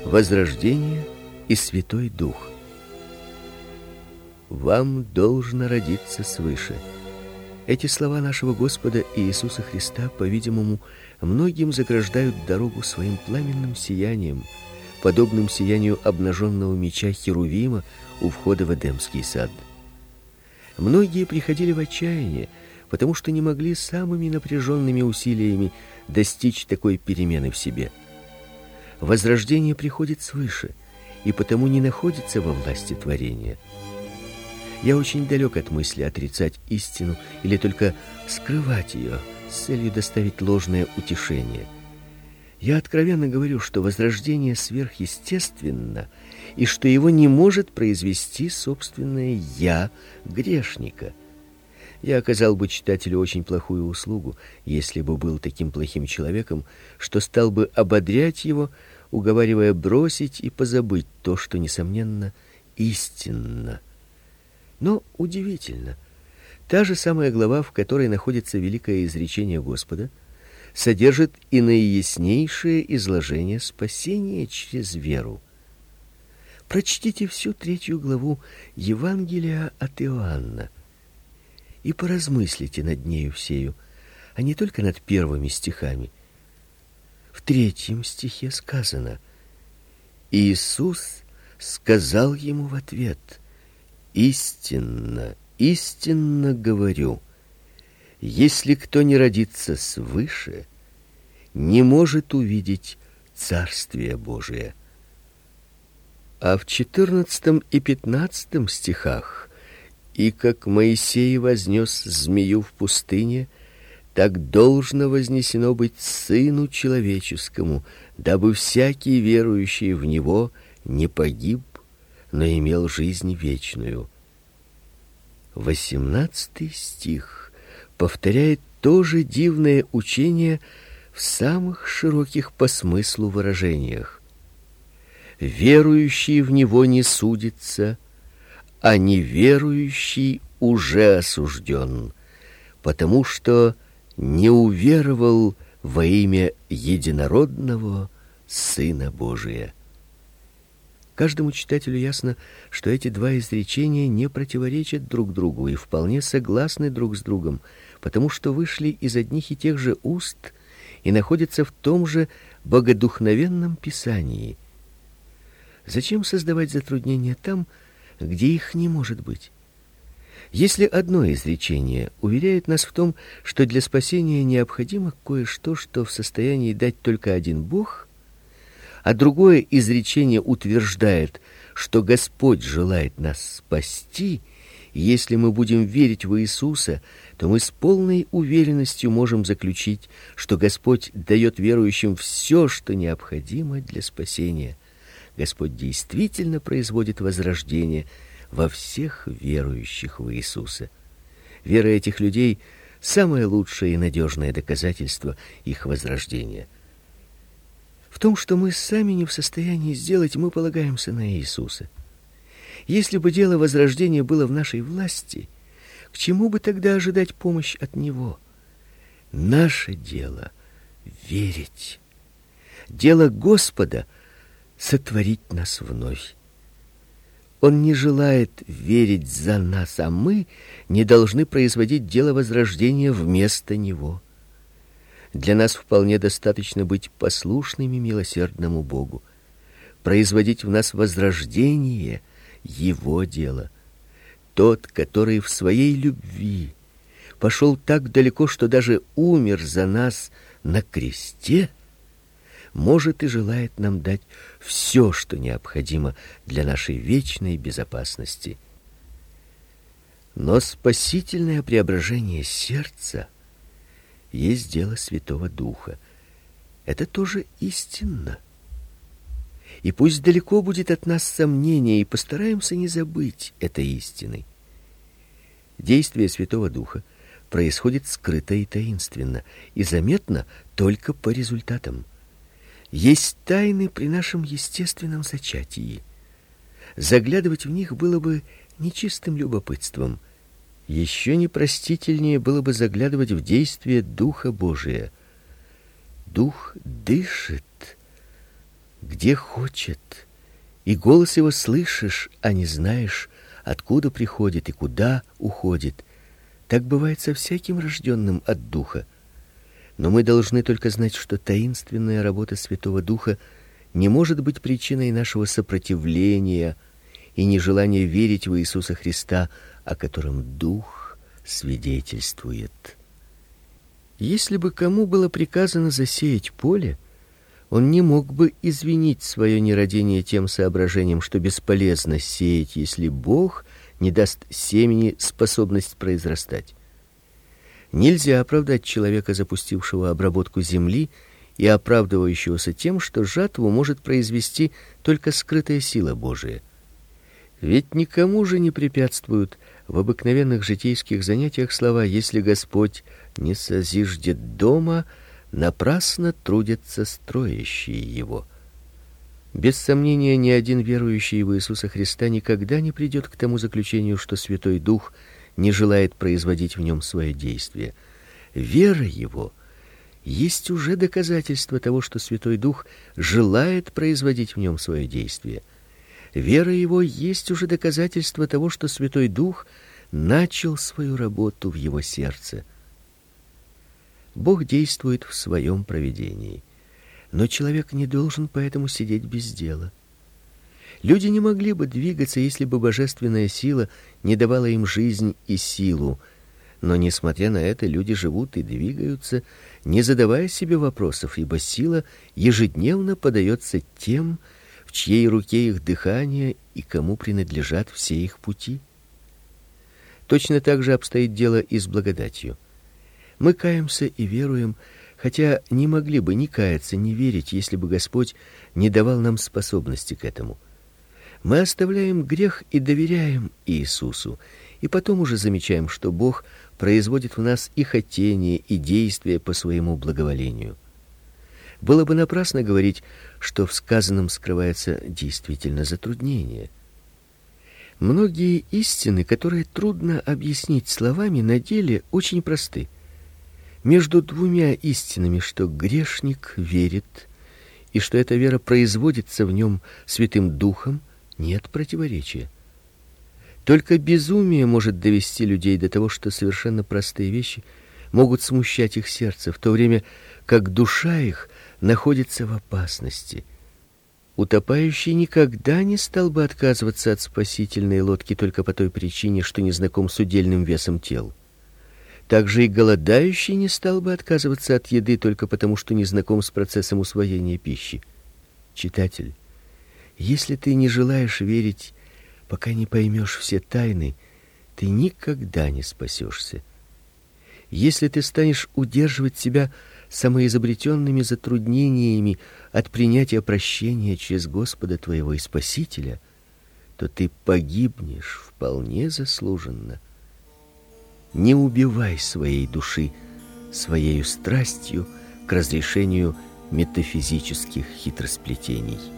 возрождение и Святой Дух. Вам должно родиться свыше. Эти слова нашего Господа Иисуса Христа, по-видимому, многим заграждают дорогу своим пламенным сиянием, подобным сиянию обнаженного меча Херувима у входа в Эдемский сад. Многие приходили в отчаяние, потому что не могли самыми напряженными усилиями достичь такой перемены в себе. Возрождение приходит свыше и потому не находится во власти творения. Я очень далек от мысли отрицать истину или только скрывать ее с целью доставить ложное утешение. Я откровенно говорю, что возрождение сверхъестественно и что его не может произвести собственное «я» грешника. Я оказал бы читателю очень плохую услугу, если бы был таким плохим человеком, что стал бы ободрять его, уговаривая бросить и позабыть то, что, несомненно, истинно. Но удивительно, та же самая глава, в которой находится великое изречение Господа, содержит и наияснейшее изложение спасения через веру. Прочтите всю 3 главу Евангелия от Иоанна и поразмыслите над нею всею, а не только над первыми стихами. В 3 стихе сказано: Иисус сказал ему в ответ: «Истинно, истинно говорю, если кто не родится свыше, не может увидеть Царствие Божие». А в 14 и 15 стихах: «И как Моисей вознес змею в пустыне, так должно вознесено быть Сыну Человеческому, дабы всякий верующий в Него не погиб, но имел жизнь вечную». 18 стих повторяет то же дивное учение в самых широких по смыслу выражениях. «Верующий в Него не судится, а неверующий уже осужден, потому что не уверовал во имя единородного Сына Божия». Каждому читателю ясно, что эти два изречения не противоречат друг другу и вполне согласны друг с другом, потому что вышли из одних и тех же уст и находятся в том же богодухновенном Писании. Зачем создавать затруднения там, где их не может быть? Если одно изречение уверяет нас в том, что для спасения необходимо кое-что, что в состоянии дать только один Бог, а другое изречение утверждает, что Господь желает нас спасти, и если мы будем верить в Иисуса, то мы с полной уверенностью можем заключить, что Господь дает верующим все, что необходимо для спасения. Господь действительно производит возрождение во всех верующих в Иисуса. Вера этих людей – самое лучшее и надежное доказательство их возрождения. В том, что мы сами не в состоянии сделать, мы полагаемся на Иисуса. Если бы дело возрождения было в нашей власти, к чему бы тогда ожидать помощь от Него? Наше дело — верить. Дело Господа — сотворить нас вновь. Он не желает верить за нас, а мы не должны производить дело возрождения вместо Него. Для нас вполне достаточно быть послушными милосердному Богу. Производить в нас возрождение — Его дело. Тот, который в своей любви пошел так далеко, что даже умер за нас на кресте, может и желает нам дать все, что необходимо для нашей вечной безопасности. Но спасительное преображение сердца есть дело Святого Духа. Это тоже истинно. И пусть далеко будет от нас сомнение, и постараемся не забыть этой истины. Действие Святого Духа происходит скрыто и таинственно, и заметно только по результатам. Есть тайны при нашем естественном зачатии. Заглядывать в них было бы нечистым любопытством. Еще непростительнее было бы заглядывать в действие Духа Божия. Дух дышит, где хочет, и голос его слышишь, а не знаешь, откуда приходит и куда уходит. Так бывает со всяким рожденным от Духа. Но мы должны только знать, что таинственная работа Святого Духа не может быть причиной нашего сопротивления и нежелания верить в Иисуса Христа, о котором Дух свидетельствует. Если бы кому было приказано засеять поле, он не мог бы извинить свое нерадение тем соображением, что бесполезно сеять, если Бог не даст семени способность произрастать. Нельзя оправдать человека, запустившего обработку земли и оправдывающегося тем, что жатву может произвести только скрытая сила Божия. Ведь никому же не препятствуют в обыкновенных житейских занятиях слова: «Если Господь не созиждет дома, напрасно трудятся строящие его». Без сомнения, ни один верующий в Иисуса Христа никогда не придет к тому заключению, что Святой Дух не желает производить в нем свое действие. Вера его есть уже доказательство того, что Святой Дух желает производить в нем свое действие. Вера его есть уже доказательство того, что Святой Дух начал свою работу в его сердце. Бог действует в своем провидении, но человек не должен поэтому сидеть без дела. Люди не могли бы двигаться, если бы божественная сила не давала им жизнь и силу. Но, несмотря на это, люди живут и двигаются, не задавая себе вопросов, ибо сила ежедневно подается тем, в чьей руке их дыхание и кому принадлежат все их пути. Точно так же обстоит дело и с благодатью. Мы каемся и веруем, хотя не могли бы ни каяться, ни верить, если бы Господь не давал нам способности к этому. Мы оставляем грех и доверяем Иисусу, и потом уже замечаем, что Бог производит в нас и хотение, и действия по своему благоволению. Было бы напрасно говорить, что в сказанном скрывается действительно затруднение. Многие истины, которые трудно объяснить словами, на деле очень просты. Между двумя истинами, что грешник верит, и что эта вера производится в нем Святым Духом, нет противоречия. Только безумие может довести людей до того, что совершенно простые вещи могут смущать их сердце, в то время как душа их находится в опасности. Утопающий никогда не стал бы отказываться от спасительной лодки только по той причине, что не знаком с удельным весом тел. Также и голодающий не стал бы отказываться от еды только потому, что не знаком с процессом усвоения пищи. Читатель, если ты не желаешь верить, пока не поймешь все тайны, ты никогда не спасешься. Если ты станешь удерживать себя самоизобретенными затруднениями от принятия прощения через Господа твоего и Спасителя, то ты погибнешь вполне заслуженно. Не убивай своей души своею страстью к разрешению метафизических хитросплетений.